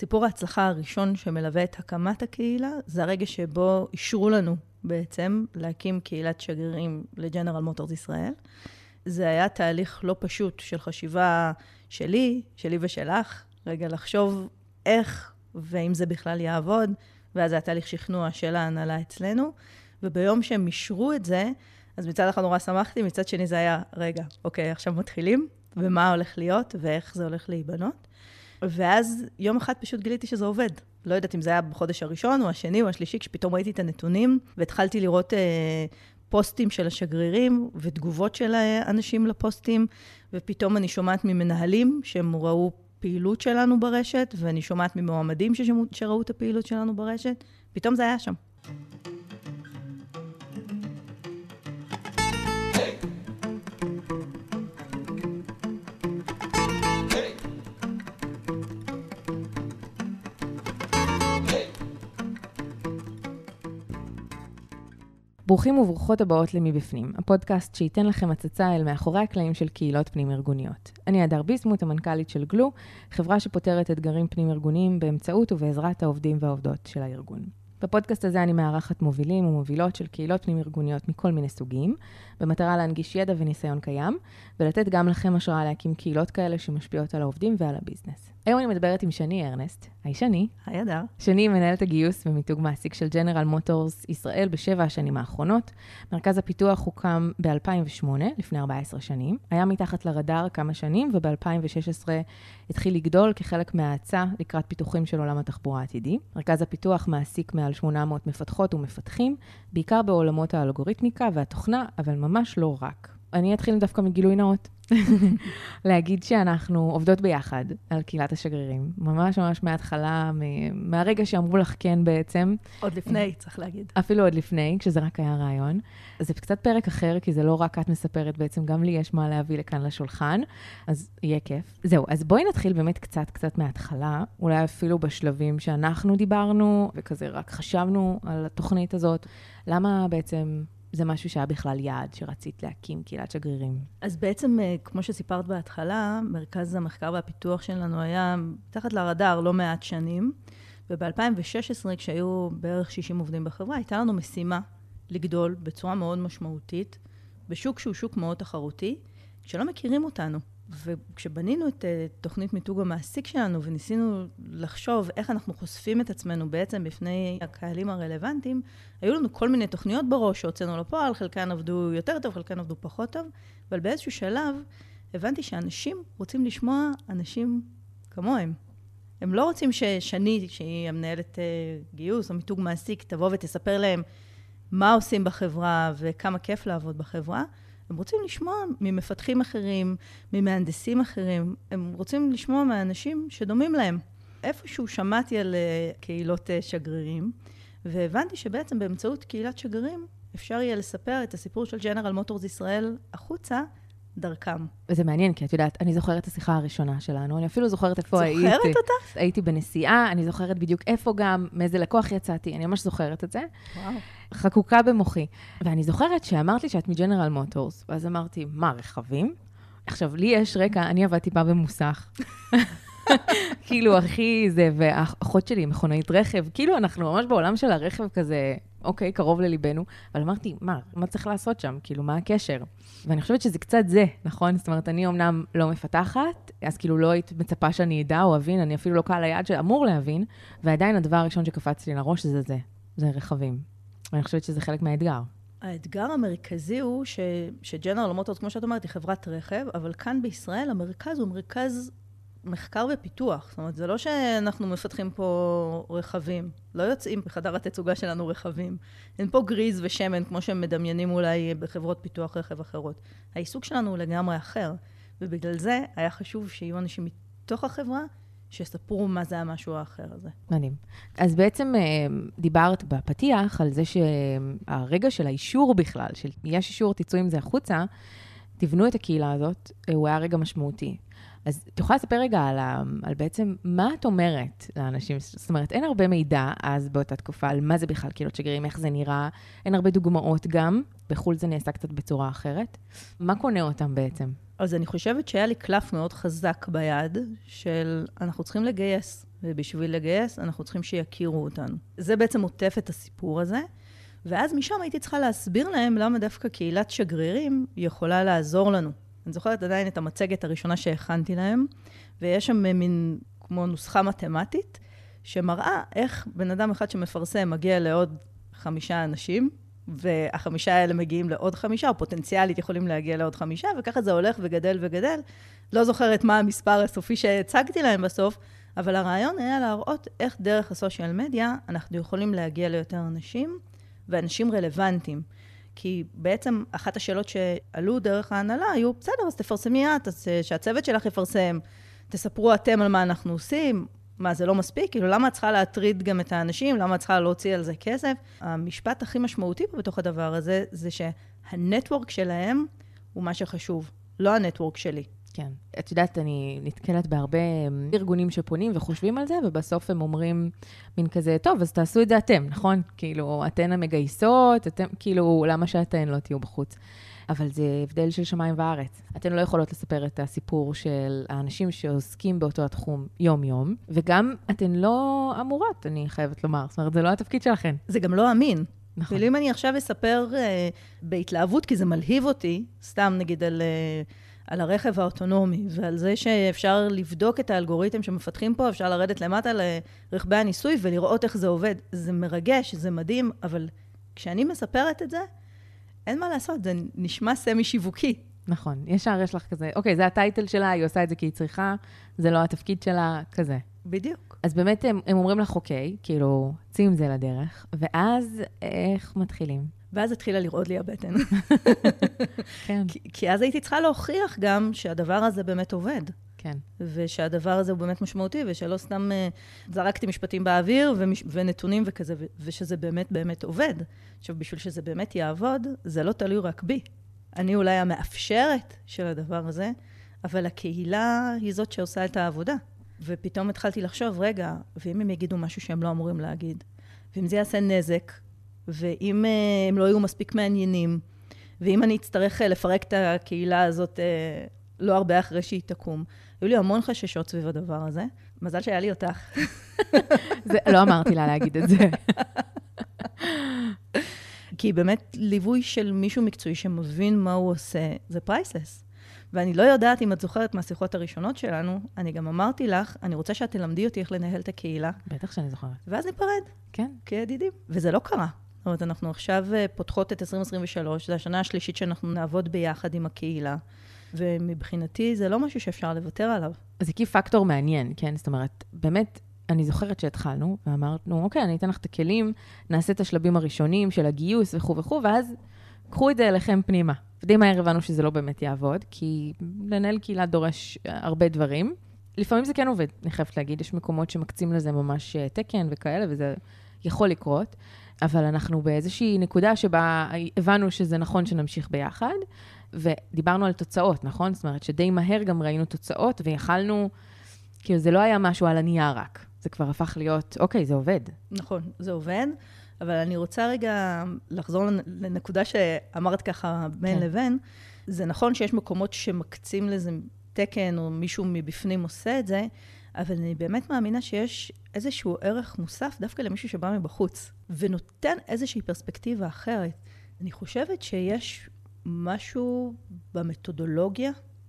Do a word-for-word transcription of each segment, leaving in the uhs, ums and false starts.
סיפור ההצלחה הראשון שמלווה את הקמת הקהילה, זה הרגע שבו אישרו לנו בעצם להקים קהילת שגרירים לג'נרל מוטורס ישראל. זה היה תהליך לא פשוט של חשיבה שלי, שלי ושלך, רגע לחשוב איך ואם זה בכלל יעבוד, ואז זה היה תהליך שכנוע של ההנהלה אצלנו, וביום שהם אישרו את זה, אז מצד אחד נורא שמחתי, מצד שני זה היה, רגע, אוקיי, עכשיו מתחילים, ומה הולך להיות, ואיך זה הולך להיבנות. ואז יום אחד פשוט גיליתי שזה עובד. לא יודעת אם זה היה בחודש הראשון, או השני, או השלישי, כשפתאום ראיתי את הנתונים, והתחלתי לראות אה, פוסטים של השגרירים, ותגובות של האנשים לפוסטים, ופתאום אני שומעת ממנהלים, שהם ראו פעילות שלנו ברשת, ואני שומעת ממועמדים שראו את הפעילות שלנו ברשת, פתאום זה היה שם. ברוכים וברוכות הבאות למבפנים, הפודקאסט שייתן לכם הצצה אל מאחורי הקלעים של קהילות פנים-ארגוניות. אני הדר ביסמוט, המנכ"לית של גלו, חברה שפותרת אתגרים פנים-ארגוניים באמצעות ובעזרת העובדים והעובדות של הארגון. בפודקאסט הזה אני מארחת מובילים ומובילות של קהילות פנים-ארגוניות מכל מיני סוגים, במטרה להנגיש ידע וניסיון קיים, ולתת גם לכם השראה להקים קהילות כאלה שמשפיעות על העובדים ועל הביזנס. היום אני מדברת עם שני ארנסט. היי שני. היי אדר. שני מנהלת הגיוס ומיתוג מעסיק של ג'נרל מוטורס ישראל בשבע השנים האחרונות. מרכז הפיתוח הוקם ב-אלפיים ושמונה, לפני ארבע עשרה שנים. היה מתחת לרדאר כמה שנים, וב-אלפיים ושש עשרה התחיל לגדול כחלק מההאצה לקראת פיתוחים של עולם התחבורה העתידי. מרכז הפיתוח מעסיק מעל שמונה מאות מפתחות ומפתחים, בעיקר בעולמות האלגוריתמיקה והתוכנה, אבל ממש לא רק. אני אתחיל דווקא מגילוי נאות. להגיד שאנחנו עובדות ביחד על קהילת השגרירים. ממש ממש מההתחלה, מהרגע שאמרו לך כן בעצם. עוד לפני, צריך להגיד. אפילו עוד לפני, כשזה רק היה רעיון. אז זה קצת פרק אחר, כי זה לא רק את מספרת בעצם, גם לי יש מה להביא לכאן לשולחן. אז יהיה כיף. זהו, אז בואי נתחיל באמת קצת קצת מההתחלה. אולי אפילו בשלבים שאנחנו דיברנו, וכזה רק חשבנו על התוכנית הזאת. למה בעצם זה משהו שהיה בכלל יעד שרצית להקים קהילת שגרירים? אז בעצם, כמו שסיפרת בהתחלה, מרכז המחקר והפיתוח שלנו היה תחת לרדאר לא מעט שנים, וב-אלפיים ושש עשרה, כשהיו בערך שישים עובדים בחברה, הייתה לנו משימה לגדול בצורה מאוד משמעותית, בשוק שהוא שוק מאוד תחרותי, כשלא מכירים אותנו. וכשבנינו את תוכנית מיתוג המעסיק שלנו, וניסינו לחשוב איך אנחנו חושפים את עצמנו בעצם בפני הקהלים הרלוונטיים, היו לנו כל מיני תוכניות בראש שהוצאנו לפועל, חלקן עבדו יותר טוב, חלקן עבדו פחות טוב, אבל באיזשהו שלב הבנתי שאנשים רוצים לשמוע אנשים כמוהם. הם לא רוצים ששני, שהיא המנהלת גיוס או מיתוג מעסיק, תבוא ותספר להם מה עושים בחברה וכמה כיף לעבוד בחברה, הם רוצים לשמוע ממפתחים אחרים, ממהנדסים אחרים, הם רוצים לשמוע מהאנשים שדומים להם. איפשהו שמעתי על קהילות שגרירים, והבנתי שבעצם באמצעות קהילת שגרירים אפשר יהיה לספר את הסיפור של ג'נרל מוטורס ישראל החוצה דרכם. וזה מעניין, כי את יודעת, אני זוכרת את השיחה הראשונה שלנו, אני אפילו זוכרת איפה זוכרת הייתי. זוכרת אותה? הייתי בנסיעה, אני זוכרת בדיוק איפה גם, מאיזה לקוח יצאתי, אני ממש זוכרת את זה. וואו. חקוקה במוחי. ואני זוכרת שאמרת לי שאת מג'נרל מוטורס, ואז אמרתי, מה, רכבים? עכשיו, לי יש רקע, אני עבדתי בה במוסך. כאילו, אחי, זה, והאחות שלי, מכונאית רכב, כאילו, אנחנו ממש בעולם של הרכב כזה, אוקיי, קרוב לליבנו, אבל אמרתי, מה, מה צריך לעשות שם? כאילו, מה הקשר? ואני חושבת שזה קצת זה, נכון? זאת אומרת, אני אומנם לא מפתחת, אז כאילו לא היית מצפה שאני אדע או אבין, אני אפילו לא קהל היעד שאמור להבין, ועדיין הדבר הראשון שקפץ לי לראש זה זה, זה רכבים. ואני חושבת שזה חלק מהאתגר. האתגר המרכזי הוא ש, שג'נרל מוטורס, כמו שאת אומרת, היא חברת רכב, אבל כאן בישראל המרכז הוא מרכז מחקר ופיתוח. זאת אומרת, זה לא שאנחנו מפתחים פה רכבים. לא יוצאים בחדר התצוגה שלנו רכבים. אין פה גריז ושמן, כמו שהם מדמיינים אולי בחברות פיתוח רכב אחרות. העיסוק שלנו הוא לגמרי אחר. ובגלל זה היה חשוב שיהיו אנשים מתוך החברה, שספרו מה זה המשהו האחר הזה. מדהים. אז בעצם דיברת בפתיח על זה שהרגע של האישור בכלל, של יש אישור, תצאו עם זה החוצה, תבנו את הקהילה הזאת, הוא היה רגע משמעותי. אז תוכל לספר רגע על, על בעצם מה את אומרת לאנשים, זאת אומרת, אין הרבה מידע אז באותה תקופה על מה זה בכלל קהילות שגרירים, איך זה נראה, אין הרבה דוגמאות גם, בחול זה נעשה קצת בצורה אחרת. מה קונה אותם בעצם? אז אני חושבת שהיה לי קלף מאוד חזק ביד, של אנחנו צריכים לגייס, ובשביל לגייס, אנחנו צריכים שיכירו אותנו. זה בעצם מוטף את הסיפור הזה, ואז משם הייתי צריכה להסביר להם למה דווקא קהילת שגרירים יכולה לעזור לנו. אני זוכרת עדיין את המצגת הראשונה שהכנתי להם, ויש שם מין כמו נוסחה מתמטית, שמראה איך בן אדם אחד שמפרסם מגיע לעוד חמישה אנשים, והחמישה האלה מגיעים לעוד חמישה, או פוטנציאלית יכולים להגיע לעוד חמישה, וככה זה הולך וגדל וגדל. לא זוכרת מה המספר הסופי שהצגתי להם בסוף, אבל הרעיון היה להראות איך דרך הסושיאל מדיה אנחנו יכולים להגיע ליותר אנשים, ואנשים רלוונטיים. כי בעצם אחת השאלות שעלו דרך ההנהלה היו, בסדר, אז תפרסמי את, אז שהצוות שלך יפרסם, תספרו אתם על מה אנחנו עושים, מה, זה לא מספיק? כאילו, למה את צריכה להטריד גם את האנשים? למה את צריכה להוציא על זה כסף? המשפט הכי משמעותי פה בתוך הדבר הזה, זה שהנטוורק שלהם הוא מה שחשוב, לא הנטוורק שלי. כן. את יודעת, אני נתקלת בהרבה ארגונים שפונים וחושבים על זה, ובסוף הם אומרים מין כזה, טוב, אז תעשו את זה אתם, נכון? כאילו, אתן המגייסות, אתם, כאילו, למה שאתן לא תהיו בחוץ? אבל זה הבדל של שמיים וארץ. אתן לא יכולות לספר את הסיפור של האנשים שעוסקים באותו התחום יום-יום, וגם אתן לא אמורות, אני חייבת לומר. זאת אומרת, זה לא התפקיד שלכן. זה גם לא אמין. נכון. ואם אני עכשיו אספר אה, בהתלהבות, כי זה מלהיב אותי, סתם נגיד על, אה, על הרכב האוטונומי, ועל זה שאפשר לבדוק את האלגוריתם שמפתחים פה, אפשר לרדת למטה לרכבי הניסוי ולראות איך זה עובד. זה מרגש, זה מדהים, אבל כשאני מספרת את זה, אין מה לעשות, זה נשמע סמי שיווקי. נכון, ישר יש לך כזה, אוקיי, זה הטייטל שלה, היא עושה את זה כי היא צריכה, זה לא התפקיד שלה, כזה. בדיוק. אז באמת הם, הם אומרים לך, אוקיי, כאילו, צאי עם זה לדרך, ואז איך מתחילים? ואז התחילה לרעוד לי הבטן. כן. כי, כי אז הייתי צריכה להוכיח גם שהדבר הזה באמת עובד. כן. ושהדבר הזה הוא באמת משמעותי, ושלא סתם uh, זרקתי משפטים באוויר ומש... ונתונים וכזה, ו... ושזה באמת באמת עובד. עכשיו, בשביל שזה באמת יעבוד, זה לא תלוי רק בי. אני אולי המאפשרת של הדבר הזה, אבל הקהילה היא זאת שעושה את העבודה. ופתאום התחלתי לחשוב, רגע, ואם הם יגידו משהו שהם לא אמורים להגיד, ואם זה יעשה נזק, ואם uh, הם לא יהיו מספיק מעניינים, ואם אני אצטרך uh, לפרק את הקהילה הזאת uh, לא הרבה אחרי שהיא תקום, היו לי המון חששות סביב הדבר הזה. מזל שהיה לי אותך. זה, לא אמרתי לה להגיד את זה. כי באמת ליווי של מישהו מקצועי שמבין מה הוא עושה, זה פרייסלס. ואני לא יודעת אם את זוכרת מהשיחות הראשונות שלנו, אני גם אמרתי לך, אני רוצה שאת תלמדי אותי איך לנהל את הקהילה. בטח שאני זוכרת. ואז ניפרד. כן. כידידים. וזה לא קרה. זאת אומרת, אנחנו עכשיו פותחות את עשרים עשרים ושלוש, זו השנה השלישית שאנחנו נעבוד ביחד עם הקהילה. ומבחינתי זה לא משהו שאפשר לוותר עליו. זה כי פקטור מעניין, כן? זאת אומרת, באמת, אני זוכרת שהתחלנו, ואמרנו, אוקיי, אני אתן לך את הכלים, נעשה את השלבים הראשונים של הגיוס וכו' וכו', ואז קחו את זה אליכם פנימה. ודי מהר הבנו שזה לא באמת יעבוד, כי לנהל קהילה דורש הרבה דברים. לפעמים זה כן עובד, אני חייבת להגיד, יש מקומות שמקצים לזה ממש תקן וכאלה, וזה יכול לקרות, אבל אנחנו באיזושהי נקודה שבה הבנו שזה נכון שנמשיך ביחד, ודיברנו על תוצאות, נכון? זאת אומרת שדי מהר גם ראינו תוצאות, ויכלנו, כאילו זה לא היה משהו על הנייר רק, זה כבר הפך להיות, אוקיי, זה עובד. נכון, זה עובד, אבל אני רוצה רגע לחזור לנקודה שאמרת ככה בין כן. לבין, זה נכון שיש מקומות שמקצים לזה תקן, או מישהו מבפנים עושה את זה, אבל אני באמת מאמינה שיש איזשהו ערך מוסף דווקא למישהו שבא מבחוץ, ונותן איזושהי פרספקטיבה אחרת. אני חושבת שיש משהו במתודולוגיה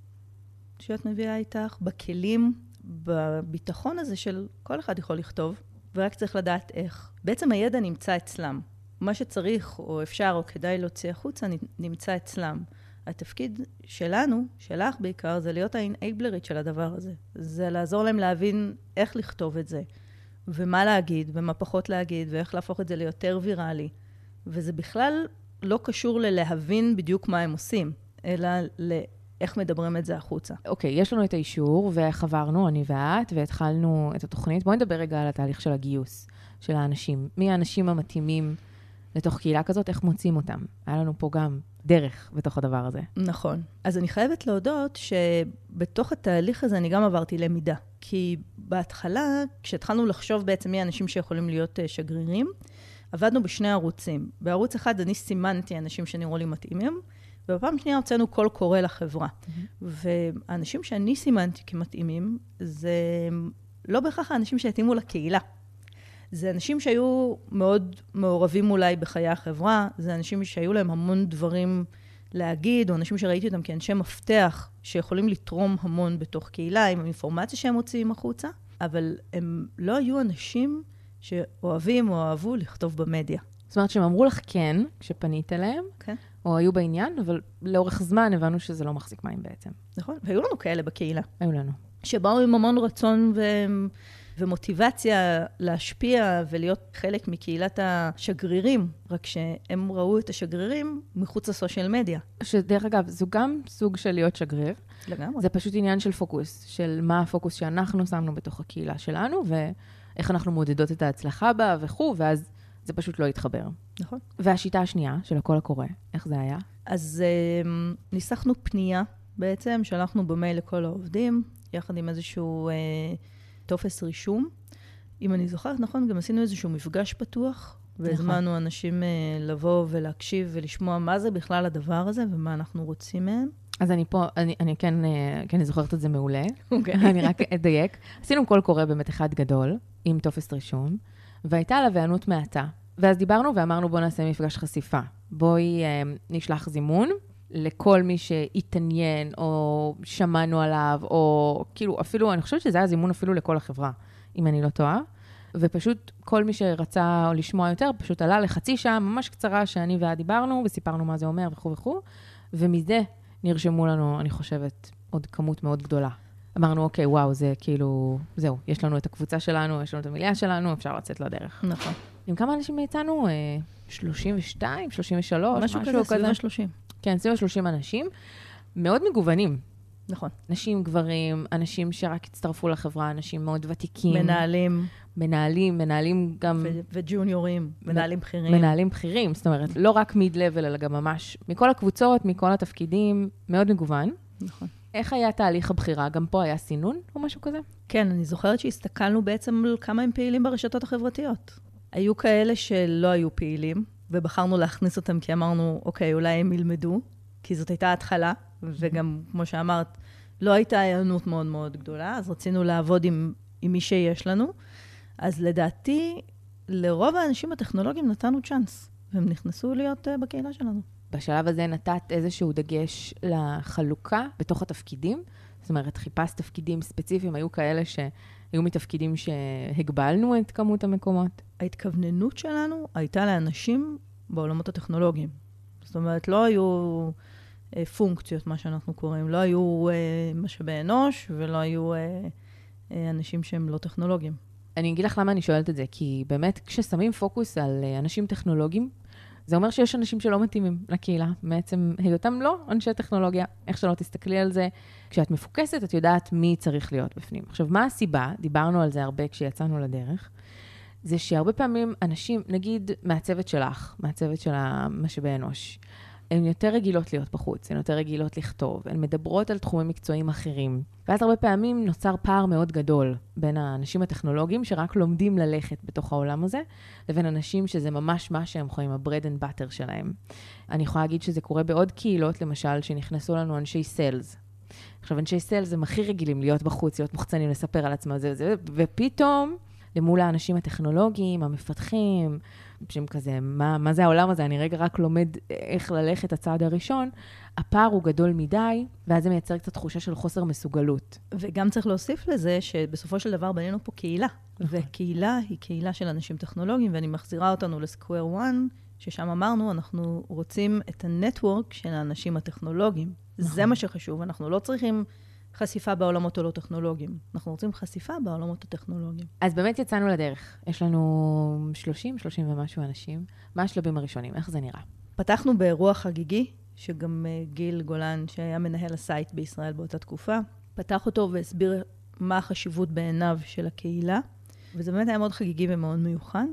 שאת מביאה איתך, בכלים, בביטחון הזה של כל אחד יכול לכתוב, ורק צריך לדעת איך. בעצם הידע נמצא אצלם. מה שצריך או אפשר או כדאי להוציא החוצה נמצא אצלם. התפקיד שלנו, שלך בעיקר, זה להיות האנאבלרית של הדבר הזה. זה לעזור להם להבין איך לכתוב את זה, ומה להגיד, ומה פחות להגיד, ואיך להפוך את זה ליותר ויראלי. וזה בכלל לא קשור ללהבין בדיוק מה הם עושים, אלא לאיך מדברים את זה החוצה. אוקיי, יש לנו את האישור, וחברנו, אני ואת, והתחלנו את התוכנית. בואי נדבר רגע על התהליך של הגיוס של האנשים. מי האנשים המתאימים לתוך קהילה כזאת, איך מוצאים אותם? היה לנו פה גם דרך בתוך הדבר הזה. נכון. אז אני חייבת להודות שבתוך התהליך הזה אני גם עברתי למידה. כי בהתחלה, כשהתחלנו לחשוב בעצם מי האנשים שיכולים להיות שגרירים, עבדנו בשני ערוצים. בערוץ אחד אני סימנתי אנשים שנראו לי מתאימים, ובפעם שנייה הוצאנו קול קורא לחברה. Mm-hmm. והאנשים שאני סימנתי כמתאימים, זה לא בהכרח האנשים שהתאימו לקהילה. זה אנשים שהיו מאוד מעורבים אולי בחיי החברה, זה אנשים שהיו להם המון דברים להגיד, או אנשים שראיתי אותם כאנשי מפתח, שיכולים לתרום המון בתוך קהילה, עם האינפורמציה שהם מוציאים החוצה, אבל הם לא היו אנשים שאוהבים או אוהבו לכתוב במדיה. זאת אומרת שהם אמרו לך כן, כשפנית אליהם, כן. או היו בעניין, אבל לאורך זמן הבנו שזה לא מחזיק מים בעצם. נכון, והיו לנו כאלה בקהילה. היו לנו. שבאו עם המון רצון ו... ומוטיבציה להשפיע ולהיות חלק מקהילת השגרירים, רק שהם ראו את השגרירים מחוץ לסושיאל מדיה. שדרך אגב, זו גם סוג של להיות שגריר. לגמרי. זה פשוט עניין של פוקוס, של מה הפוקוס שאנחנו שמנו בתוך הקהילה שלנו, ואיך אנחנו מודדות את ההצלחה בה וכו', ואז זה פשוט לא יתחבר. נכון. והשיטה השנייה של הקול הקורא, איך זה היה? אז uh, ניסחנו פנייה בעצם, שלחנו במייל לכל העובדים, יחד עם איזשהו uh, טופס רישום. אם אני זוכרת, נכון, גם עשינו איזשהו מפגש פתוח, והזמנו נכון. אנשים uh, לבוא ולהקשיב ולשמוע מה זה בכלל הדבר הזה, ומה אנחנו רוצים מהם. אז אני פה, אני, אני כן, כן, אני זוכרת את זה מעולה. Okay. אני רק אדייק. עשינו קול קורא באמת אחד גדול, עם טופס רישום, והייתה לה הענות מעטה. ואז דיברנו ואמרנו, בוא נעשה מפגש חשיפה. בואי אה, נשלח זימון לכל מי שהתעניין, או שמענו עליו, או כאילו אפילו, אני חושבת שזה היה זימון אפילו לכל החברה, אם אני לא טועה. ופשוט כל מי שרצה לשמוע יותר, פשוט עלה לחצי שעה ממש קצרה שאני ואה דיברנו, וסיפרנו מה זה אומר וכו' וכו'. ומזה נרשמו לנו, אני חושבת, עוד כמות מאוד גדולה. אמרנו, אוקיי, וואו, זה כאילו, זהו, יש לנו את הקבוצה שלנו, יש לנו את המיליה שלנו, אפשר לצאת לדרך. נכון. עם כמה אנשים יצאנו? שלושים ושתיים, שלושים ושלוש, משהו כזה, סביב ה-שלושים. כן, סביב ה-שלושים אנשים, מאוד מגוונים. נכון. נשים, גברים, אנשים שרק הצטרפו לחברה, אנשים מאוד ותיקים. מנהלים. מנהלים, מנהלים גם... ו- וג'וניורים, מנהלים בכירים. מנהלים בכירים, זאת אומרת, לא רק מיד-לבל, אלא גם ממש מכל הקבוצות, מכל התפקידים, מאוד מגוון. נכון. איך היה תהליך הבחירה? גם פה היה סינון או משהו כזה? כן, אני זוכרת שהסתכלנו בעצם על כמה הם פעילים ברשתות החברתיות. היו כאלה שלא היו פעילים, ובחרנו להכניס אותם כי אמרנו, אוקיי, אולי הם ילמדו, כי זאת הייתה התחלה, וגם, כמו שאמרת, לא הייתה הענות מאוד מאוד גדולה, אז רצינו לעבוד עם, עם מי שיש לנו. אז לדעתי, לרוב האנשים הטכנולוגיים נתנו צ'אנס, והם נכנסו להיות uh, בקהילה שלנו. בשלב הזה נתת איזשהו דגש לחלוקה בתוך התפקידים? זאת אומרת, חיפש תפקידים ספציפיים, היו כאלה שהיו מתפקידים שהגבלנו את כמות המקומות? ההתכווננות שלנו הייתה לאנשים בעולמות הטכנולוגיים. זאת אומרת, לא היו אה, פונקציות, מה שאנחנו קוראים, לא היו אה, משאבי אנוש, ולא היו אה, אה, אנשים שהם לא טכנולוגיים. אני אגיד לך למה אני שואלת את זה, כי באמת כששמים פוקוס על אנשים טכנולוגיים, זה אומר שיש אנשים שלא מתאימים לקהילה, בעצם היותם לא אנשי טכנולוגיה, איך שלא תסתכלי על זה. כשאת מפוקסת, את יודעת מי צריך להיות בפנים. עכשיו, מה הסיבה? דיברנו על זה הרבה כשיצאנו לדרך, זה שהרבה פעמים אנשים, נגיד מהצוות שלך, מהצוות של המשאבי אנוש, הן יותר רגילות להיות בחוץ, הן יותר רגילות לכתוב, הן מדברות על תחומים מקצועיים אחרים. ואז הרבה פעמים נוצר פער מאוד גדול בין האנשים הטכנולוגיים שרק לומדים ללכת בתוך העולם הזה, לבין אנשים שזה ממש מה שהם חיים, ה-bread and butter שלהם. אני יכולה להגיד שזה קורה בעוד קהילות, למשל, שנכנסו לנו אנשי סיילס. עכשיו, אנשי סיילס הם הכי רגילים להיות בחוץ, להיות מוחצנים, לספר על עצמם, זה וזה, ופתאום, למול האנשים הטכנולוגיים, המפתחים, שהם כזה, מה, מה זה העולם הזה? אני רגע רק לומד איך ללכת הצעד הראשון. הפער הוא גדול מדי, ואז זה מייצר קצת תחושה של חוסר מסוגלות. וגם צריך להוסיף לזה שבסופו של דבר בנינו פה קהילה. וקהילה היא קהילה של אנשים טכנולוגיים, ואני מחזירה אותנו לסקוואר וואן, ששם אמרנו, אנחנו רוצים את הנטוורק של האנשים הטכנולוגיים. זה מה שחשוב, אנחנו לא צריכים חשיפה בעולמות הלא טכנולוגיים. אנחנו רוצים חשיפה בעולמות הטכנולוגיים. אז באמת יצאנו לדרך. יש לנו שלושים, שלושים ומשהו אנשים. מה השלבים הראשונים? איך זה נראה? פתחנו באירוע חגיגי, שגם גיל גולן, שהיה מנהל הסייט בישראל באותה תקופה, פתח אותו והסביר מה החשיבות בעיניו של הקהילה, וזה באמת היה מאוד חגיגי ומאוד מיוחד,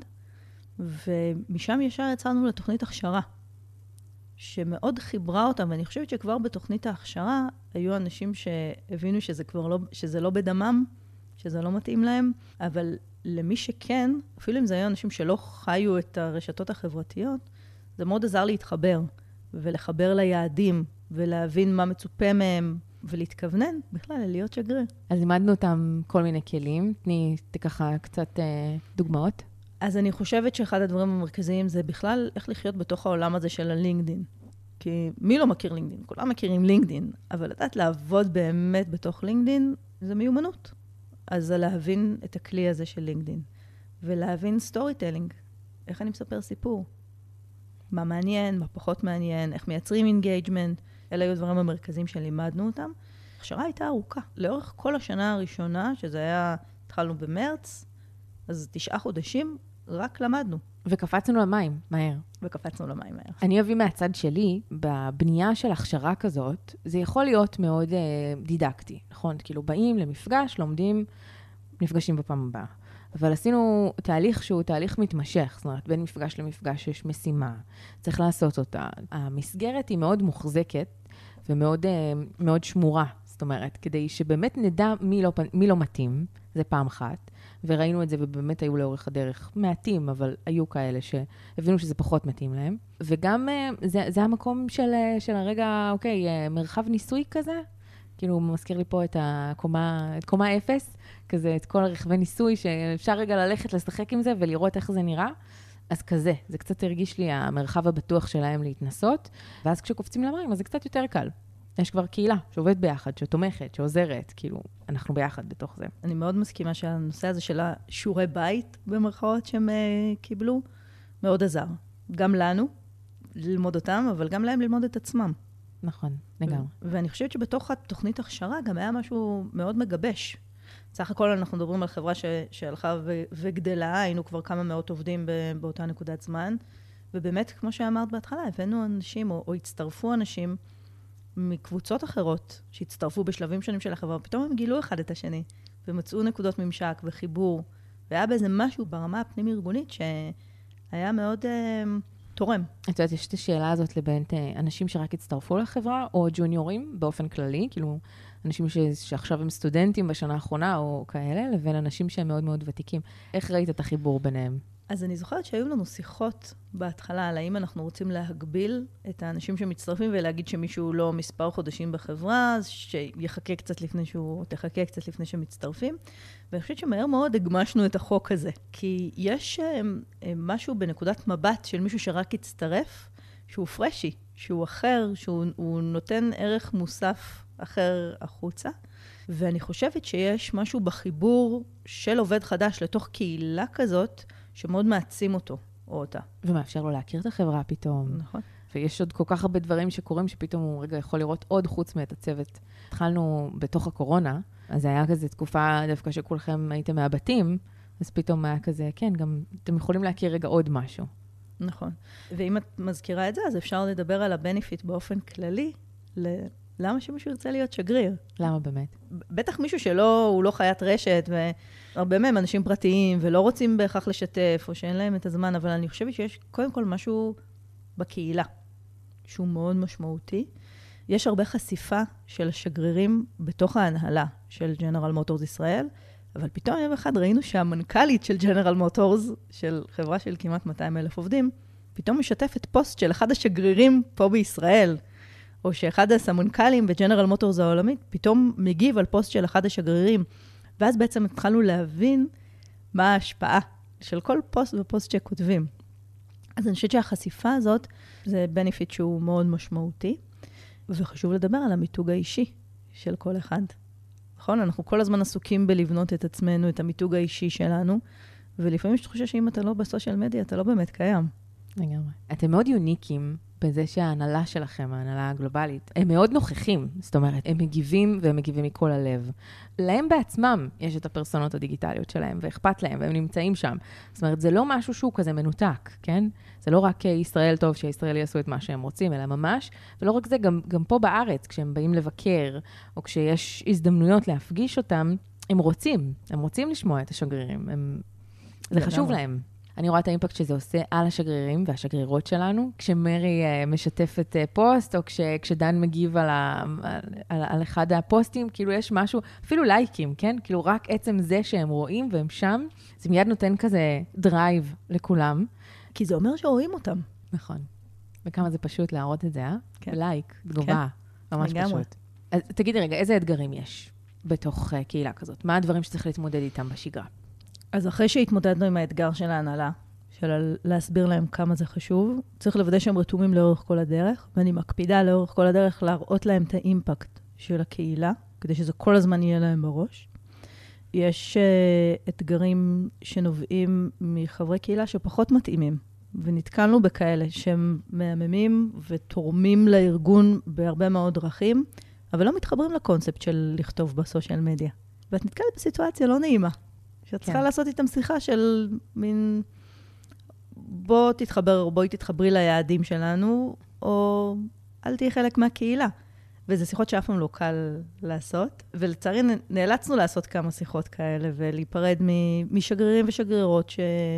ומשם ישר יצאנו לתוכנית הכשרה, שמאוד חיברה אותם, ואני חושבת שכבר בתוכנית ההכשרה, היו אנשים שהבינו שזה כבר לא, שזה לא בדמם, שזה לא מתאים להם, אבל למי שכן, אפילו אם זה היו אנשים שלא חיו את הרשתות החברתיות, זה מאוד עזר להתחבר, ולחבר ליעדים, ולהבין מה מצופה מהם, ולהתכוונן בכלל להיות שגריר. אז לימדנו אותם כל מיני כלים. תני ככה קצת אה, דוגמאות. אז אני חושבת שאחד הדברים המרכזיים זה בכלל איך לחיות בתוך העולם הזה של הלינקדין. כי מי לא מכיר לינקדין? כולם מכירים לינקדין, אבל לדעת לעבוד באמת בתוך לינקדין זה מיומנות. אז זה להבין את הכלי הזה של לינקדין, ולהבין סטורי טלינג, איך אני מספר סיפור. מה מעניין, מה פחות מעניין, איך מייצרים אינגייג'מנט, אלה היו הדברים המרכזיים שלימדנו אותם. ההכשרה הייתה ארוכה. לאורך כל השנה הראשונה, שזה היה, התחלנו במרץ, אז תשעה חודשים, רק למדנו. וקפצנו למים, מהר. וקפצנו למים מהר. אני אביא מהצד שלי, בבנייה של הכשרה כזאת, זה יכול להיות מאוד אה, דידקטי, נכון? כאילו באים למפגש, לומדים, נפגשים בפעם הבאה. אבל עשינו תהליך שהוא תהליך מתמשך, זאת אומרת, בין מפגש למפגש יש משימה, צריך לעשות אותה. המסגרת היא מאוד מוחזקת ומאוד אה, מאוד שמורה, זאת אומרת, כדי שבאמת נדע מי לא, מי לא מתאים, זה פעם אחת, וראינו את זה, ובאמת היו לאורך הדרך מעטים, אבל היו כאלה שהבינו שזה פחות מתאים להם. וגם זה, זה המקום של, של הרגע, אוקיי, מרחב ניסוי כזה, כאילו הוא מזכיר לי פה את הקומה, את קומה אפס, כזה את כל הרכבי ניסוי, שאפשר רגע ללכת לשחק עם זה ולראות איך זה נראה. אז כזה, זה קצת הרגיש לי המרחב הבטוח שלהם להתנסות, ואז כשקופצים למים, אז זה קצת יותר קל. יש כבר קהילה שעובדת ביחד, שתומכת, שעוזרת, כאילו, אנחנו ביחד בתוך זה. אני מאוד מסכימה שהנושא הזה של השיעורי בית במרכאות שהם uh, קיבלו, מאוד עזר. גם לנו ללמוד אותם, אבל גם להם ללמוד את עצמם. נכון, לגמרי. ואני חושבת שבתוך התוכנית הכשרה גם היה משהו מאוד מגבש. סך הכל אנחנו מדברים על חברה ש- שהלכה ו- וגדלה, היינו כבר כמה מאות עובדים באותה נקודת זמן, ובאמת, כמו שאמרת בהתחלה, הבאנו אנשים, או, או הצטרפו אנשים, מקבוצות אחרות שהצטרפו בשלבים שונים של החברה, פתאום הם גילו אחד את השני, ומצאו נקודות ממשק וחיבור, והיה באיזה משהו ברמה הפנים-ארגונית שהיה מאוד אה, תורם. את יודעת, יש את השאלה הזאת לבין אנשים שרק הצטרפו לחברה, או ג'וניורים באופן כללי, כאילו אנשים ש... שעכשיו הם סטודנטים בשנה האחרונה, או כאלה, לבין אנשים שהם מאוד מאוד ותיקים. איך ראית את החיבור ביניהם? אז אני זוכרת שהיו לנו שיחות בהתחלה על האם אנחנו רוצים להגביל את האנשים שמצטרפים ולהגיד שמישהו לא מספר חודשים בחברה, אז שיחכה קצת לפני שהוא, תחכה קצת לפני שמצטרפים. ואני חושבת שמהר מאוד הגמשנו את החוק הזה. כי יש משהו בנקודת מבט של מישהו שרק הצטרף, שהוא פרשי, שהוא אחר, שהוא נותן ערך מוסף אחר החוצה. ואני חושבת שיש משהו בחיבור של עובד חדש לתוך קהילה כזאת, שמאוד מעצים אותו או אותה. ומאפשר לו להכיר את החברה פתאום. נכון. ויש עוד כל כך הרבה דברים שקורים, שפתאום הוא רגע יכול לראות עוד חוץ מאת הצוות. התחלנו בתוך הקורונה, אז היה כזה תקופה דווקא שכולכם הייתם מהבתים, אז פתאום היה כזה, כן, גם אתם יכולים להכיר רגע עוד משהו. נכון. ואם את מזכירה את זה, אז אפשר לדבר על הבנפיט באופן כללי, ל... למה שמישהו ירצה להיות שגריר? למה באמת? בטח מישהו שלא, הוא לא חיית רשת, והרבה מהם אנשים פרטיים, ולא רוצים בהכרח לשתף, או שאין להם את הזמן, אבל אני חושבת שיש קודם כל משהו בקהילה, שהוא מאוד משמעותי. יש הרבה חשיפה של השגרירים בתוך ההנהלה של ג'נרל מוטורס ישראל, אבל פתאום יום אחד ראינו שהמנכ"לית של ג'נרל מוטורס, של חברה של כמעט מאתיים אלף עובדים, פתאום משתפת פוסט של אחד השגרירים פה בישראל, או שאחד הסמנכ"לים בג'נרל מוטורס העולמית, פתאום מגיב על פוסט של אחד השגרירים, ואז בעצם התחלנו להבין מה ההשפעה של כל פוסט ופוסט שכותבים. אז אני חושבת שהחשיפה הזאת, זה בנפיט שהוא מאוד משמעותי, וחשוב לדבר על המיתוג האישי של כל אחד. נכון? אנחנו כל הזמן עסוקים בלבנות את עצמנו, את המיתוג האישי שלנו, ולפעמים יש תחושה שאם אתה לא בסושיאל מדיה, אתה לא באמת קיים. לגמרי. אתם מאוד יוניקים בזה שההנהלה שלכם, ההנהלה הגלובלית, הם מאוד נוכחים. זאת אומרת, הם מגיבים והם מגיבים מכל הלב. להם בעצמם יש את הפרסונות הדיגיטליות שלהם, ואכפת להם, והם נמצאים שם. זאת אומרת, זה לא משהו שהוא כזה מנותק, כן? זה לא רק ישראל טוב שישראל יעשו את מה שהם רוצים, אלא ממש, ולא רק זה, גם, גם פה בארץ, כשהם באים לבקר, או כשיש הזדמנויות להפגיש אותם, הם רוצים, הם רוצים לשמוע את השגרירים. הם... זה חשוב להם. אני רואה את האימפקט שזה עושה על השגרירים והשגרירות שלנו, כשמרי uh, משתפת uh, פוסט, או כש, כשדן מגיב על, ה, על, על אחד הפוסטים, כאילו יש משהו, אפילו לייקים, כן? כאילו רק עצם זה שהם רואים והם שם, זה מיד נותן כזה דרייב לכולם. כי זה אומר שרואים אותם. נכון. וכמה זה פשוט להראות את זה, אה? כן. לייק, תגובה, כן. ממש לגמרי. פשוט. אז תגידי רגע, איזה אתגרים יש בתוך uh, קהילה כזאת? מה הדברים שצריך להתמודד איתם בשגרה? אז אחרי שהתמודדנו עם האתגר של ההנהלה, של להסביר להם כמה זה חשוב, צריך לוודא שהם רתומים לאורך כל הדרך, ואני מקפידה לאורך כל הדרך להראות להם את האימפקט של הקהילה, כדי שזה כל הזמן יהיה להם בראש. יש uh, אתגרים שנובעים מחברי קהילה שפחות מתאימים, ונתקלנו בכאלה שהם מהממים ותורמים לארגון בהרבה מאוד דרכים, אבל לא מתחברים לקונספט של לכתוב בסושיאל מדיה. ואת נתקלת בסיטואציה לא נעימה, שאת צריכה לעשות איתם שיחה של מין, בוא תתחבר, בואי תתחברי ליעדים שלנו, או אל תהי חלק מהקהילה. וזה שיחות שאף פעם לא קל לעשות, ולצערי נאלצנו לעשות כמה שיחות כאלה, ולהיפרד משגרירים ושגרירות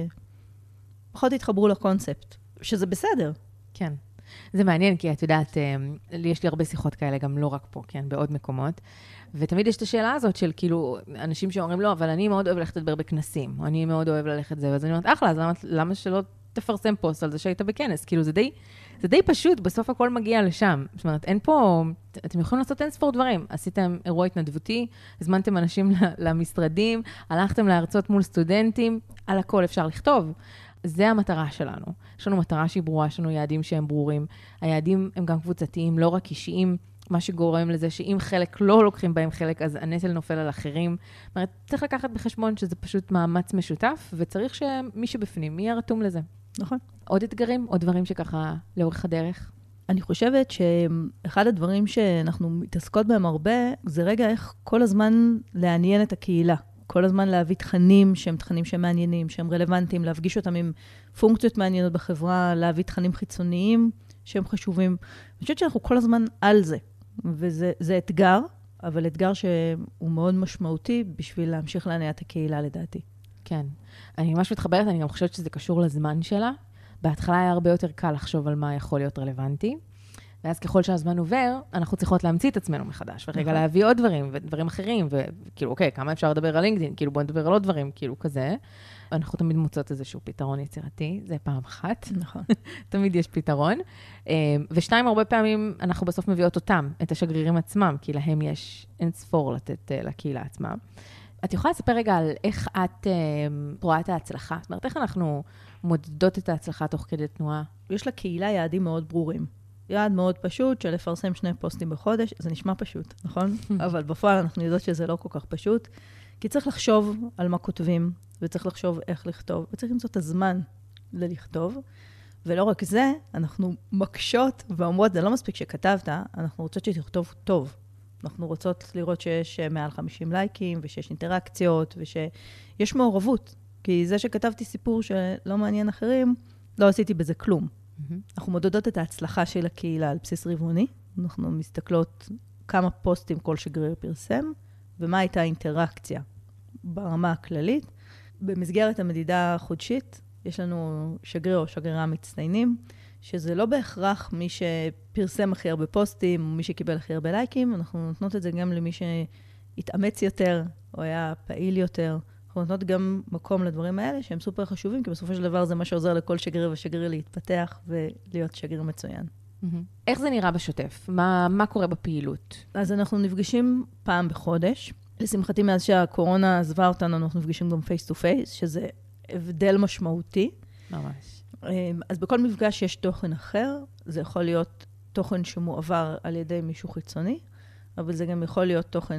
שפחות התחברו לקונספט, שזה בסדר. כן. זה מעניין, כי את יודעת, יש לי הרבה שיחות כאלה, גם לא רק פה, כן, בעוד מקומות, ותמיד יש את השאלה הזאת של כאילו, אנשים שאומרים לא, אבל אני מאוד אוהב ללכת לדבר בכנסים, או אני מאוד אוהב ללכת זה, ואז אני אומרת, אחלה, אז למה, למה שלא תפרסם פוסט על זה שהיית בכנס? כאילו, זה די, זה די פשוט, בסוף הכל מגיע לשם. זאת אומרת, אין פה, אתם יכולים לעשות אין ספור דברים. עשיתם אירוע התנדבותי, הזמנתם אנשים למשרדים, הלכתם להרצות מול סטודנטים, על הכל אפשר לכתוב. זה המטרה שלנו. יש לנו מטרה שהיא ברורה, יש לנו יעדים שהם ברורים. היעדים הם גם קבוצתיים, לא רק אישיים, מה שגורם לזה שאם חלק לא לוקחים בהם חלק, אז הנטל נופל על אחרים. זאת אומרת, צריך לקחת בחשבון שזה פשוט מאמץ משותף, וצריך שמי שבפנים יהיה רתום לזה. נכון. עוד אתגרים, עוד דברים שככה לאורך הדרך? אני חושבת שאחד הדברים שאנחנו מתעסקות בהם הרבה, זה רגע איך כל הזמן לעניין את הקהילה. כל הזמן להביא תכנים שהם תכנים שהם מעניינים, שהם רלוונטיים, להפגיש אותם עם פונקציות מעניינות בחברה, להביא תכנים חיצוניים שהם חשובים. אני חושבת שאנחנו כל הזמן על זה, וזה זה אתגר, אבל אתגר שהוא מאוד משמעותי בשביל להמשיך להניע את הקהילה לדעתי. כן. אני ממש מתחברת, אני גם חושבת שזה קשור לזמן שלה. בהתחלה היה הרבה יותר קל לחשוב על מה יכול להיות רלוונטי, ואז ככל שהזמן עובר, אנחנו צריכות להמציא את עצמנו מחדש, ורגע להביא עוד דברים, ודברים אחרים, וכאילו, אוקיי, כמה אפשר לדבר על לינקדאין? כאילו, בוא נדבר על עוד דברים, כאילו כזה. אנחנו תמיד מוצאות איזשהו פתרון יצירתי, זה פעם אחת. נכון. תמיד יש פתרון. ושתיים, הרבה פעמים אנחנו בסוף מביאות אותם, את השגרירים עצמם, כי להם יש אין ספור לתת לקהילה עצמה. את יכולה לספר רגע על איך את רואה את ההצלחה? זאת אומרת, איך אנחנו מודדות את ההצלחה תוך כדי תנועה? יש לקהילה יעדים מאוד ברורים. יעד מאוד פשוט של לפרסם שני פוסטים בחודש, זה נשמע פשוט, נכון? אבל בפועל אנחנו יודעות שזה לא כל כך פשוט, כי צריך לחשוב על מה כותבים, וצריך לחשוב איך לכתוב, וצריך למצוא את הזמן ללכתוב, ולא רק זה, אנחנו מקשות ואומרות, זה לא מספיק שכתבת, אנחנו רוצות שתכתוב טוב. אנחנו רוצות לראות שיש מעל חמישים לייקים, ושיש אינטראקציות, ושיש מעורבות. כי זה שכתבתי סיפור שלא מעניין אחרים, לא עשיתי בזה כלום. Mm-hmm. אנחנו מודדות את ההצלחה של הקהילה על בסיס רבעוני. אנחנו מסתכלות כמה פוסטים כל שגריר פרסם, ומה הייתה האינטראקציה ברמה הכללית. במסגרת המדידה החודשית, יש לנו שגריר או שגרירה מצטיינים, שזה לא בהכרח מי שפרסם הכי הרבה פוסטים, או מי שקיבל הכי הרבה לייקים, אנחנו נותנות את זה גם למי שהתאמץ יותר, או היה פעיל יותר. אנחנו נותנות גם מקום לדברים האלה, שהם סופר חשובים, כי בסופו של דבר זה מה שעוזר לכל שגריר ושגריר להתפתח, ולהיות שגריר מצוין. איך זה נראה בשוטף? מה, מה קורה בפעילות? אז אנחנו נפגשים פעם בחודש. לשמחתי, מאז שהקורונה עזבה אותנו, אנחנו נפגשים גם פייס טו פייס, שזה הבדל משמעותי. ממש. אז בכל מפגש יש תוכן אחר, זה יכול להיות תוכן שמועבר על ידי מישהו חיצוני, אבל זה גם יכול להיות תוכן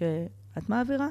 שאת מעבירה,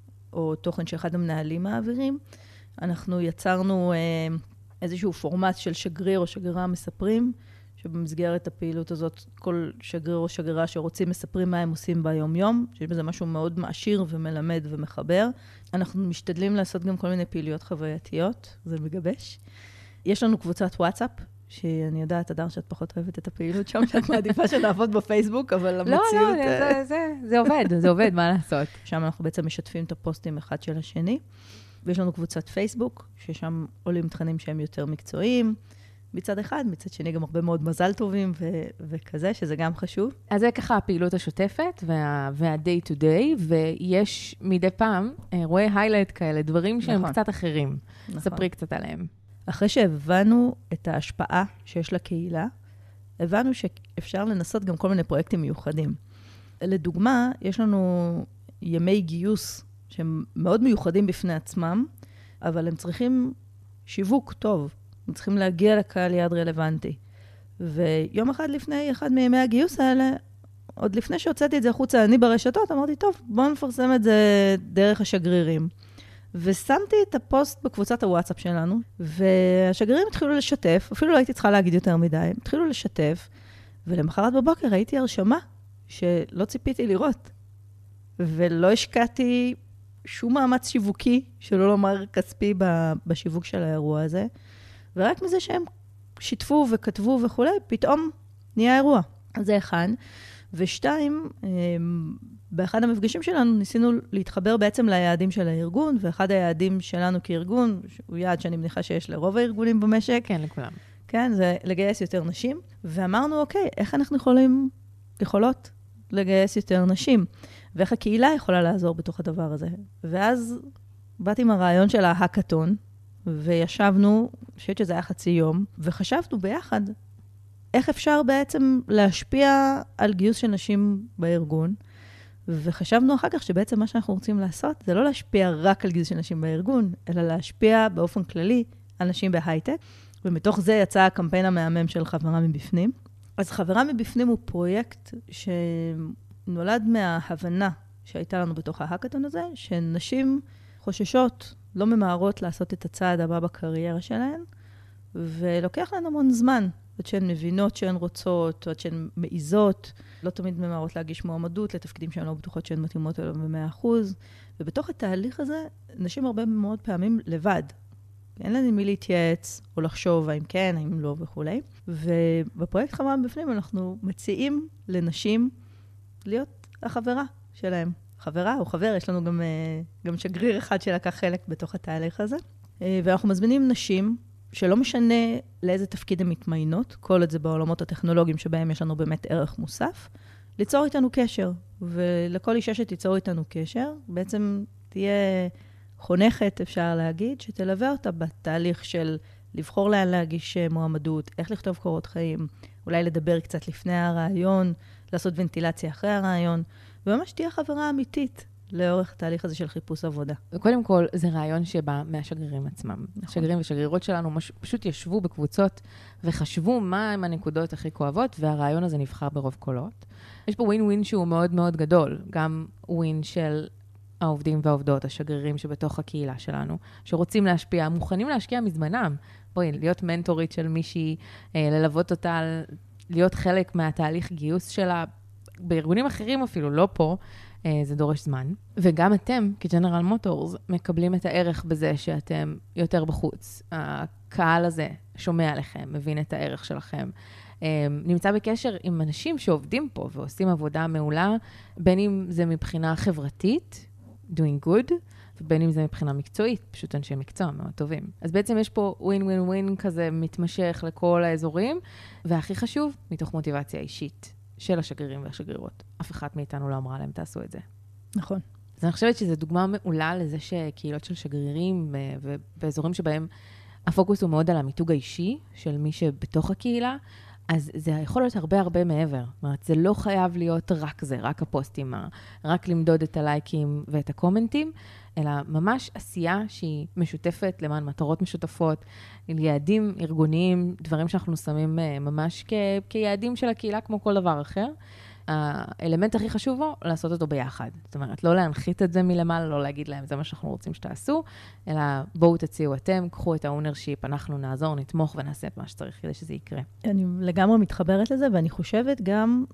או תוכן שאחד המנהלים מעבירים. אנחנו יצרנו איזשהו פורמט של שגריר או שגרירה מספרים, שבמסגרת הפעילות הזאת, כל שגריר או שגרירה שרוצים מספרים מה הם עושים ביום-יום, שיש בזה משהו מאוד מעשיר ומלמד ומחבר. אנחנו משתדלים לעשות גם כל מיני פעילויות חווייתיות, זה מגבש. יש לנו קבוצת וואטסאפ, שאני יודעת, אדר, שאת פחות אוהבת את הפעילות שם, שאת מעדיפה שנעבוד בפייסבוק, אבל המציאות... לא, לא, זה, זה, זה עובד, זה עובד, מה לעשות? שם אנחנו בעצם משתפים את הפוסטים אחד של השני, ויש לנו קבוצת פייסבוק, ששם עולים תכנים שהם יותר מקצועיים, מצד אחד, מצד שני גם הרבה מאוד מזל טובים ו- וכזה, שזה גם חשוב. אז זה ככה הפעילות השוטפת וה- וה-day to day, ויש מדי פעם אירועי היילייט כאלה, דברים שהם נכון. קצת אחרים. נכון. ספרי קצת עליהם. אחרי שהבנו את ההשפעה שיש לקהילה, הבנו שאפשר לנסות גם כל מיני פרויקטים מיוחדים. לדוגמה, יש לנו ימי גיוס שהם מאוד מיוחדים בפני עצמם, אבל הם צריכים שיווק טוב. הם צריכים להגיע לקהל יעד רלוונטי. ויום אחד לפני אחד מימי הגיוס האלה, עוד לפני שהוצאתי את זה החוצה, אני ברשתות, אמרתי, טוב, בואו נפרסם את זה דרך השגרירים. ושמתי את הפוסט בקבוצת הוואטסאפ שלנו, והשגרירים התחילו לשתף, אפילו לא הייתי צריכה להגיד יותר מדי, הם התחילו לשתף, ולמחרת בבוקר ראיתי הרשמה שלא ציפיתי לראות, ולא השקעתי שום מאמץ שיווקי, שלא לומר כספי בשיווק של האירוע הזה, ורק מזה שהם שיתפו וכתבו וכו', פתאום נהיה אירוע. אז זה אחד. ושתיים, באחד המפגשים שלנו ניסינו להתחבר בעצם ליעדים של הארגון, ואחד היעדים שלנו כארגון, הוא יעד שאני מניחה שיש לרוב הארגונים במשק. כן, לכולם. כן, זה לגייס יותר נשים. ואמרנו, אוקיי, איך אנחנו יכולים, יכולות לגייס יותר נשים? ואיך הקהילה יכולה לעזור בתוך הדבר הזה? ואז באתי עם הרעיון של ההקאטון, וישבנו, אני חושבת שזה היה חצי יום, וחשבנו ביחד, איך אפשר בעצם להשפיע על גיוס של נשים בארגון, וחשבנו אחר כך שבעצם מה שאנחנו רוצים לעשות, זה לא להשפיע רק על גיוס של נשים בארגון, אלא להשפיע באופן כללי על נשים בהייטק, ומתוך זה יצא הקמפיין המהמם של חברה מבפנים. אז חברה מבפנים הוא פרויקט שנולד מההבנה שהייתה לנו בתוך ההקאטון הזה, שנשים חוששות, לא ממהרות לעשות את הצעד הבא בקריירה שלהן, ולוקח להן המון זמן, עד שהן מבינות שהן רוצות, או עד שהן מעיזות, לא תמיד ממהרות להגיש מועמדות לתפקידים שהן לא בטוחות שהן מתאימות אליו ב-מאה אחוז, ובתוך התהליך הזה, נשים הרבה מאוד פעמים לבד. אין להן עם מי להתייעץ, או לחשוב האם כן, האם לא וכו'. ובפרויקט חברה מבפנים אנחנו מציעים לנשים להיות החברה שלהם. חברה או חבר, יש לנו גם, גם שגריר אחד שלקח חלק בתוך התהליך הזה. ואנחנו מזמינים נשים שלא משנה לאיזה תפקיד הן מתמיינות, כל את זה בעולמות הטכנולוגיים שבהם יש לנו באמת ערך מוסף, ליצור איתנו קשר. ולכל אישה שתיצור איתנו קשר, בעצם תהיה חונכת, אפשר להגיד, שתלווה אותה בתהליך של לבחור לאן להגיש מועמדות, איך לכתוב קורות חיים, אולי לדבר קצת לפני הרעיון, לעשות ונטילציה אחרי הרעיון, וממש תהיה חברה אמיתית לאורך התהליך הזה של חיפוש עבודה. וקודם כל, זה רעיון שבא מהשגרירים עצמם. נכון. השגרירים ושגרירות שלנו מש, פשוט ישבו בקבוצות וחשבו מה הם הנקודות הכי כואבות, והרעיון הזה נבחר ברוב קולות. יש פה ווין ווין שהוא מאוד מאוד גדול, גם ווין של העובדים והעובדות, השגרירים שבתוך הקהילה שלנו, שרוצים להשפיע, מוכנים להשקיע מזמנם. בואי, להיות מנטורית של מישהי, ללוות אותה, להיות חלק מהתהליך גיוס שלה, בארגונים אחרים אפילו, לא פה, זה דורש זמן. וגם אתם, כג'נרל מוטורס, מקבלים את הערך בזה שאתם יותר בחוץ. הקהל הזה שומע עליכם, מבין את הערך שלכם. נמצא בקשר עם אנשים שעובדים פה ועושים עבודה מעולה, בין אם זה מבחינה חברתית, doing good, ובין אם זה מבחינה מקצועית, פשוט אנשי מקצוע מאוד טובים. אז בעצם יש פה ווין ווין ווין כזה מתמשך לכל האזורים, והכי חשוב, מתוך מוטיבציה אישית של השגרירים והשגרירות. אף אחד מאיתנו לא אמרה להם, תעשו את זה. נכון. אז אני חושבת שזו דוגמה מעולה לזה שקהילות של שגרירים, ובאזורים שבהם הפוקוס הוא מאוד על המיתוג האישי של מי שבתוך הקהילה, אז זה יכול להיות הרבה הרבה מעבר. זאת אומרת, זה לא חייב להיות רק זה, רק הפוסטים, רק למדוד את הלייקים ואת הקומנטים, אלא ממש עשייה שהיא משותפת למען מטרות משותפות, יעדים ארגוניים, דברים שאנחנו שמים ממש כ- כיעדים של הקהילה כמו כל דבר אחר. האלמנט הכי חשוב הוא לעשות אותו ביחד. זאת אומרת, לא להנחית את זה מלמעלה, לא להגיד להם, זה מה שאנחנו רוצים שתעשו, אלא בואו תציעו אתם, קחו את האונרשיפ, אנחנו נעזור, נתמוך ונעשה את מה שצריך כדי שזה יקרה. אני לגמרי מתחברת לזה, ואני חושבת גם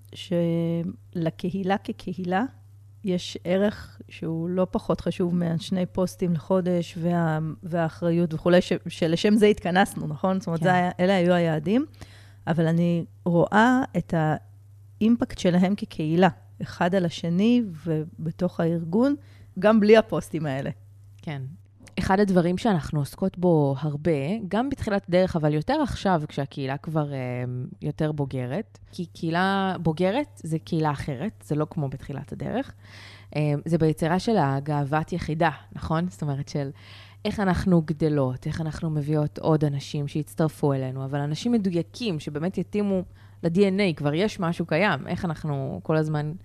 שלקהילה כקהילה, יש ערך שהוא לא פחות חשוב מהשני פוסטים לחודש, וה, והאחריות וכולי, ש, שלשם זה התכנסנו, נכון? זאת אומרת, כן. זה, אלה היו היעדים, אבל אני רואה את ה... אימפקט שלהם כקהילה, אחד על השני ובתוך הארגון, גם בלי הפוסטים האלה. כן. אחד הדברים שאנחנו עוסקות בו הרבה, גם בתחילת דרך, אבל יותר עכשיו, כשהקהילה כבר אה, יותר בוגרת, כי קהילה בוגרת זה קהילה אחרת, זה לא כמו בתחילת הדרך. אה, זה ביצירה של הגאוות יחידה, נכון? זאת אומרת של איך אנחנו גדלות, איך אנחנו מביאות עוד אנשים שיצטרפו אלינו, אבל אנשים מדויקים שבאמת יתאימו ל-די אן איי, כבר יש משהו קיים, איך אנחנו כל הזמן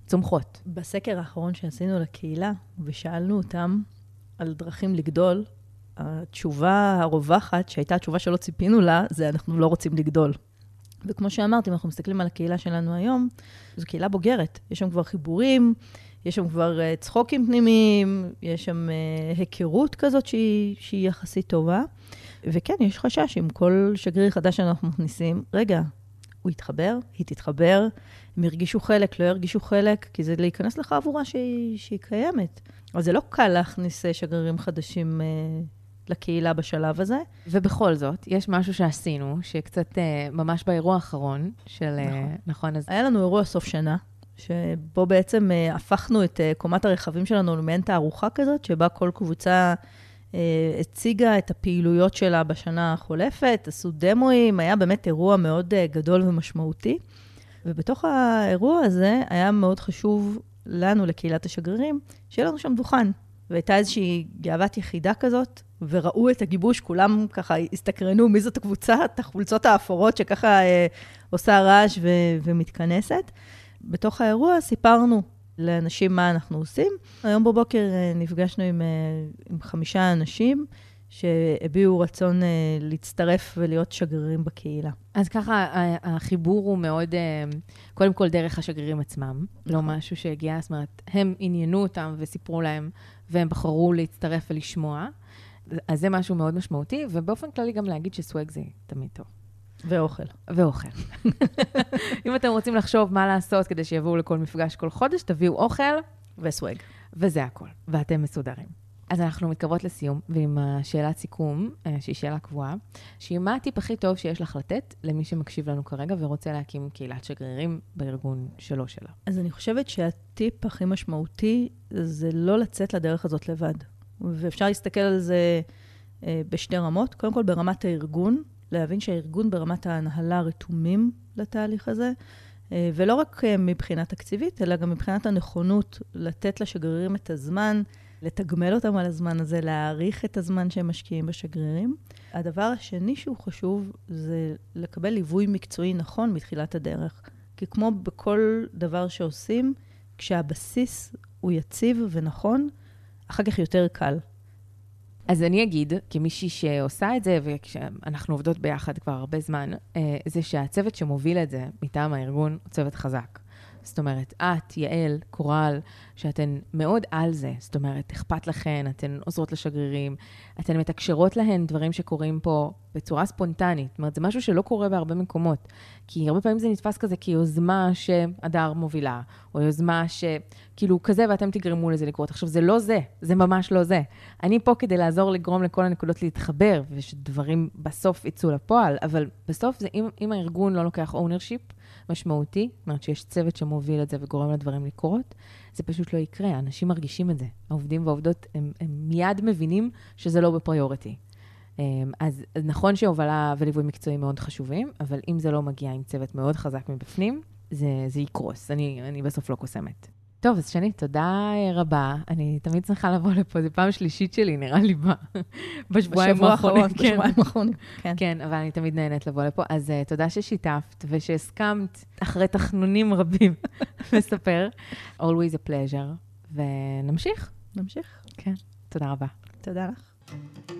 צומחות. בסקר האחרון שעשינו לקהילה, ושאלנו אותם על דרכים לגדול, התשובה הרווחת, שהייתה התשובה שלא ציפינו לה, זה אנחנו לא רוצים לגדול. וכמו שאמרתי, אם אנחנו מסתכלים על הקהילה שלנו היום, זו קהילה בוגרת. יש שם כבר חיבורים, יש שם כבר uh, צחוקים פנימיים, יש שם uh, היכרות כזאת שהיא, שהיא יחסית טובה. וכן, יש חשש עם כל שגריר חדש שאנחנו מכניסים. רגע, הוא יתחבר, היא תתחבר, הם ירגישו חלק, לא ירגישו חלק, כי זה להיכנס לחבורה שהיא, שהיא קיימת. אז זה לא קל להכניס שגרירים חדשים uh, לקהילה בשלב הזה. ובכל זאת, יש משהו שעשינו, שקצת uh, ממש באירוע האחרון של... נכון. Uh, נכון אז... היה לנו אירוע סוף שנה, שבו בעצם uh, הפכנו את uh, קומת הרכבים שלנו למעין תערוכה כזאת, שבה כל קבוצה uh, הציגה את הפעילויות שלה בשנה החולפת, עשו דמוים, היה באמת אירוע מאוד uh, גדול ומשמעותי. ובתוך האירוע הזה היה מאוד חשוב לנו, לקהילת השגרירים, שיהיה לנו שם דוכן. והייתה איזושהי גאוות יחידה כזאת, וראו את הגיבוש, כולם ככה הסתקרנו מי זאת הקבוצה, את החולצות האפורות שככה אה, עושה רעש ו- ומתכנסת. בתוך האירוע סיפרנו לאנשים מה אנחנו עושים. היום בבוקר אה, נפגשנו עם, אה, עם חמישה אנשים, שהביאו רצון uh, להצטרף ולהיות שגרירים בקהילה. אז ככה, החיבור הוא מאוד, uh, קודם כל דרך השגרירים עצמם, לא משהו שהגיע, זאת אומרת, הם עניינו אותם וסיפרו להם, והם בחרו להצטרף ולשמוע. אז זה משהו מאוד משמעותי, ובאופן כללי גם להגיד שסווג זה תמיד טוב. ואוכל. ואוכל. אם אתם רוצים לחשוב מה לעשות כדי שיבואו לכל מפגש כל חודש, תביאו אוכל וסווג. וזה הכל, ואתם מסודרים. אז אנחנו מתקרבות לסיום, ועם השאלת סיכום, שהיא שאלה קבועה, שהיא מה הטיפ הכי טוב שיש לך לתת למי שמקשיב לנו כרגע ורוצה להקים קהילת שגרירים בארגון שלו שלה. אז אני חושבת שהטיפ הכי משמעותי זה לא לצאת לדרך הזאת לבד. ואפשר להסתכל על זה בשתי רמות. קודם כל ברמת הארגון, להבין שהארגון ברמת ההנהלה רתומים לתהליך הזה, ולא רק מבחינה תקציבית, אלא גם מבחינת הנכונות לתת לשגרירים את הזמן, לתגמל אותם על הזמן הזה, להעריך את הזמן שהם משקיעים בשגרירים. הדבר השני שהוא חשוב זה לקבל ליווי מקצועי נכון מתחילת הדרך. כי כמו בכל דבר שעושים, כשהבסיס הוא יציב ונכון, אחר כך יותר קל. אז אני אגיד, כמישהי שעושה את זה, וכשאנחנו עובדות ביחד כבר הרבה זמן, זה שהצוות שמוביל את זה מטעם הארגון הוא צוות חזק. זאת אומרת, את, יעל, קורל, שאתן מאוד על זה, זאת אומרת, אכפת לכן, אתן עוזרות לשגרירים, אתן מתקשרות להן דברים שקורים פה בצורה ספונטנית. זאת אומרת, זה משהו שלא קורה בהרבה מקומות, כי הרבה פעמים זה נתפס כזה כיוזמה שהדר מובילה, או יוזמה שכאילו כזה ואתם תגרמו לזה לקרות. עכשיו, זה לא זה, זה ממש לא זה. אני פה כדי לעזור לגרום לכל הנקודות להתחבר, ושדברים בסוף יצאו לפועל, אבל בסוף זה, אם, אם הארגון לא לוקח ownership, משמעותי, זאת אומרת שיש צוות שמוביל את זה וגורם לדברים לקרות, זה פשוט לא יקרה. אנשים מרגישים את זה. העובדים והעובדות, הם, הם מיד מבינים שזה לא בפריוריטי. אז נכון שהובלה וליווי מקצועי מאוד חשובים, אבל אם זה לא מגיע עם צוות מאוד חזק מבפנים, זה, זה יקרוס. אני, אני בסוף לא קוסמת. טוב, אז שני, תודה רבה. אני תמיד צריכה לבוא לפה, זו פעם שלישית שלי, נראה לי בה. בשבועיים האחרונים. בשבועיים האחרונים. כן, אבל אני תמיד נהנית לבוא לפה. אז תודה ששיתפת ושהסכמת אחרי תחנונים רבים לספר. Always a pleasure. ונמשיך. נמשיך. כן, תודה רבה. תודה לך.